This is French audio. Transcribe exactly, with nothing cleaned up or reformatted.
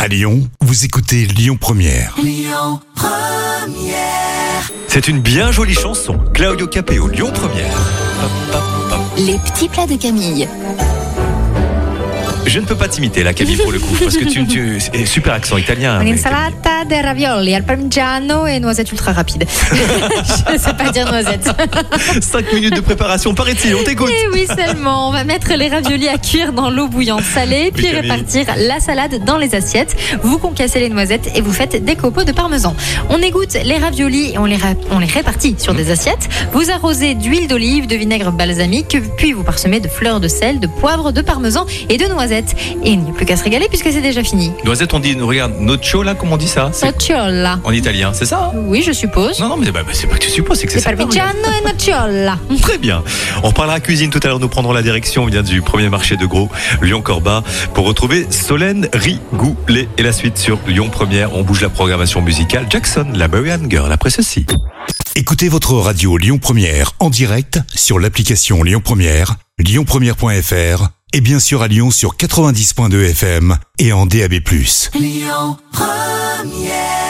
À Lyon, vous écoutez Lyon Première. Lyon Première. C'est une bien jolie chanson. Claudio Capeo, Lyon Première. Hop, hop, hop. Les petits plats de Camille. Je ne peux pas t'imiter là, Camille, pour le coup, parce que tu, tu es super accent italien. mais Un'insalata de ravioli al parmigiano et noisette ultra rapide. Je sais pas dire noisette. Camille. Cinq minutes de préparation, paraît-il, on t'écoute. Et oui, seulement. On va mettre les raviolis à cuire dans l'eau bouillante salée, puis Camille. répartir la salade dans les assiettes. Vous concassez les noisettes et vous faites des copeaux de parmesan. On égoutte les raviolis et on les, ra- on les répartit sur des assiettes. Vous arrosez d'huile d'olive, de vinaigre balsamique, puis vous parsemez de fleurs de sel, de poivre, de parmesan et de noisettes. Et il n'y a plus qu'à se régaler puisque c'est déjà fini. Noisette, on dit, regarde, nocio là, comment on dit ça? C'est Nocciola. en italien, c'est ça? Hein? Oui, je suppose. Non, non, mais bah, bah, c'est pas que tu supposes, c'est que c'est C'est ça. parmigiano et nocciola. Très bien. On reparlera cuisine tout à l'heure. Nous prendrons la direction. On vient du premier marché de gros, Lyon-Corba, pour retrouver Solène Rigoulet. Et la suite sur Lyon Première. On bouge la programmation musicale. Jackson, la Marianne Girl, après ceci. Écoutez votre radio Lyon Première en direct sur l'application Lyon Première, lyon première point f r et bien sûr à Lyon sur quatre-vingt-dix point deux F M et en D A B plus. Lyon Première.